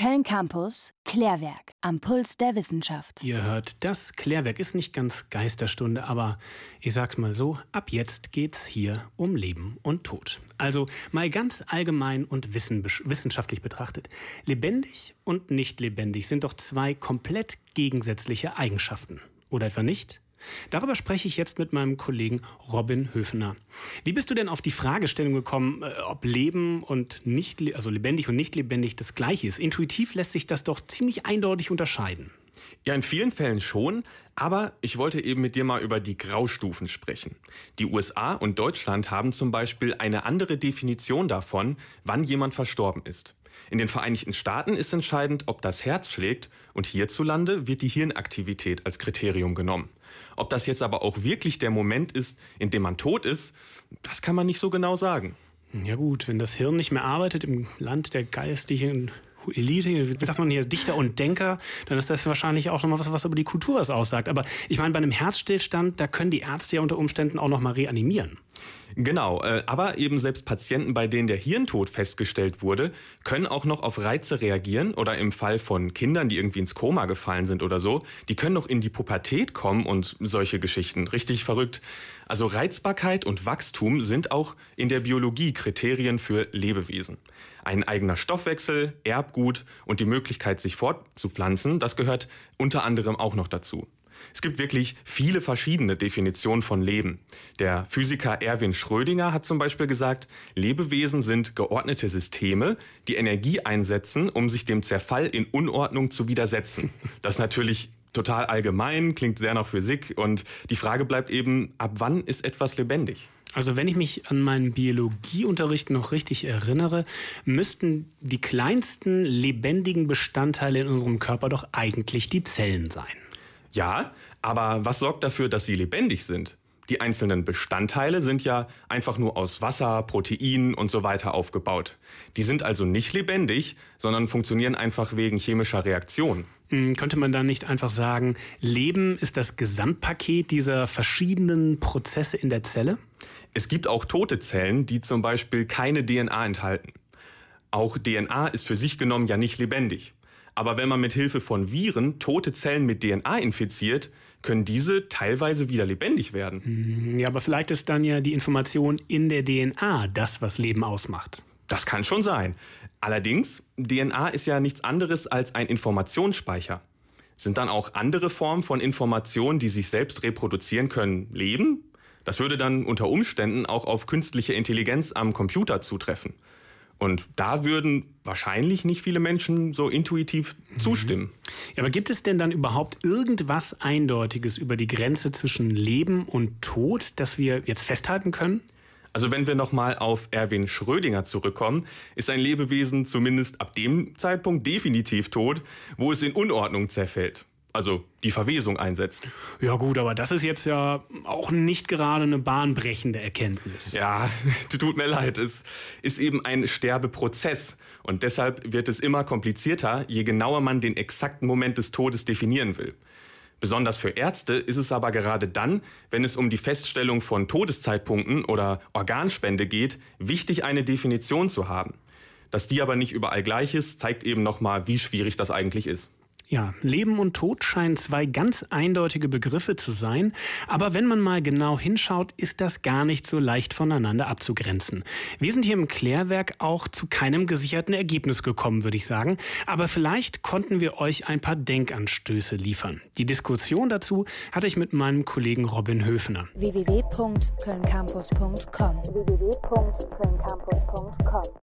Köln Campus, Klärwerk, am Puls der Wissenschaft. Ihr hört, das Klärwerk ist nicht ganz Geisterstunde, aber ich sag's mal so, ab jetzt geht's hier um Leben und Tod. Also mal ganz allgemein und wissenschaftlich betrachtet. Lebendig und nicht lebendig sind doch zwei komplett gegensätzliche Eigenschaften. Oder etwa nicht? Darüber spreche ich jetzt mit meinem Kollegen Robin Höfener. Wie bist du denn auf die Fragestellung gekommen, ob Leben und nicht, also lebendig und nicht lebendig das Gleiche ist? Intuitiv lässt sich das doch ziemlich eindeutig unterscheiden. Ja, in vielen Fällen schon, aber ich wollte eben mit dir mal über die Graustufen sprechen. Die USA und Deutschland haben zum Beispiel eine andere Definition davon, wann jemand verstorben ist. In den Vereinigten Staaten ist entscheidend, ob das Herz schlägt, und hierzulande wird die Hirnaktivität als Kriterium genommen. Ob das jetzt aber auch wirklich der Moment ist, in dem man tot ist, das kann man nicht so genau sagen. Ja gut, wenn das Hirn nicht mehr arbeitet im Land der geistigen Elite, wie sagt man hier, Dichter und Denker, dann ist das wahrscheinlich auch nochmal was über die Kultur was aussagt. Aber ich meine, bei einem Herzstillstand, da können die Ärzte ja unter Umständen auch nochmal reanimieren. Genau, aber eben selbst Patienten, bei denen der Hirntod festgestellt wurde, können auch noch auf Reize reagieren, oder im Fall von Kindern, die irgendwie ins Koma gefallen sind oder so, die können noch in die Pubertät kommen und solche Geschichten. Richtig verrückt. Also Reizbarkeit und Wachstum sind auch in der Biologie Kriterien für Lebewesen. Ein eigener Stoffwechsel, Erbgut und die Möglichkeit, sich fortzupflanzen, das gehört unter anderem auch noch dazu. Es gibt wirklich viele verschiedene Definitionen von Leben. Der Physiker Erwin Schrödinger hat zum Beispiel gesagt, Lebewesen sind geordnete Systeme, die Energie einsetzen, um sich dem Zerfall in Unordnung zu widersetzen. Das ist natürlich total allgemein, klingt sehr nach Physik, und die Frage bleibt eben, ab wann ist etwas lebendig? Also wenn ich mich an meinen Biologieunterricht noch richtig erinnere, müssten die kleinsten lebendigen Bestandteile in unserem Körper doch eigentlich die Zellen sein. Ja, aber was sorgt dafür, dass sie lebendig sind? Die einzelnen Bestandteile sind ja einfach nur aus Wasser, Proteinen und so weiter aufgebaut. Die sind also nicht lebendig, sondern funktionieren einfach wegen chemischer Reaktionen. Könnte man dann nicht einfach sagen, Leben ist das Gesamtpaket dieser verschiedenen Prozesse in der Zelle? Es gibt auch tote Zellen, die zum Beispiel keine DNA enthalten. Auch DNA ist für sich genommen ja nicht lebendig. Aber wenn man mit Hilfe von Viren tote Zellen mit DNA infiziert, können diese teilweise wieder lebendig werden. Ja, aber vielleicht ist dann ja die Information in der DNA das, was Leben ausmacht. Das kann schon sein. Allerdings, DNA ist ja nichts anderes als ein Informationsspeicher. Sind dann auch andere Formen von Informationen, die sich selbst reproduzieren können, Leben? Das würde dann unter Umständen auch auf künstliche Intelligenz am Computer zutreffen. Und da würden wahrscheinlich nicht viele Menschen so intuitiv zustimmen. Ja, aber gibt es denn dann überhaupt irgendwas Eindeutiges über die Grenze zwischen Leben und Tod, das wir jetzt festhalten können? Also wenn wir nochmal auf Erwin Schrödinger zurückkommen, ist ein Lebewesen zumindest ab dem Zeitpunkt definitiv tot, wo es in Unordnung zerfällt. Also die Verwesung einsetzt. Ja gut, aber das ist jetzt ja auch nicht gerade eine bahnbrechende Erkenntnis. Ja, tut mir leid, es ist eben ein Sterbeprozess. Und deshalb wird es immer komplizierter, je genauer man den exakten Moment des Todes definieren will. Besonders für Ärzte ist es aber gerade dann, wenn es um die Feststellung von Todeszeitpunkten oder Organspende geht, wichtig, eine Definition zu haben. Dass die aber nicht überall gleich ist, zeigt eben nochmal, wie schwierig das eigentlich ist. Ja, Leben und Tod scheinen zwei ganz eindeutige Begriffe zu sein, aber wenn man mal genau hinschaut, ist das gar nicht so leicht voneinander abzugrenzen. Wir sind hier im Klärwerk auch zu keinem gesicherten Ergebnis gekommen, würde ich sagen, aber vielleicht konnten wir euch ein paar Denkanstöße liefern. Die Diskussion dazu hatte ich mit meinem Kollegen Robin Höfener. www.kölncampus.com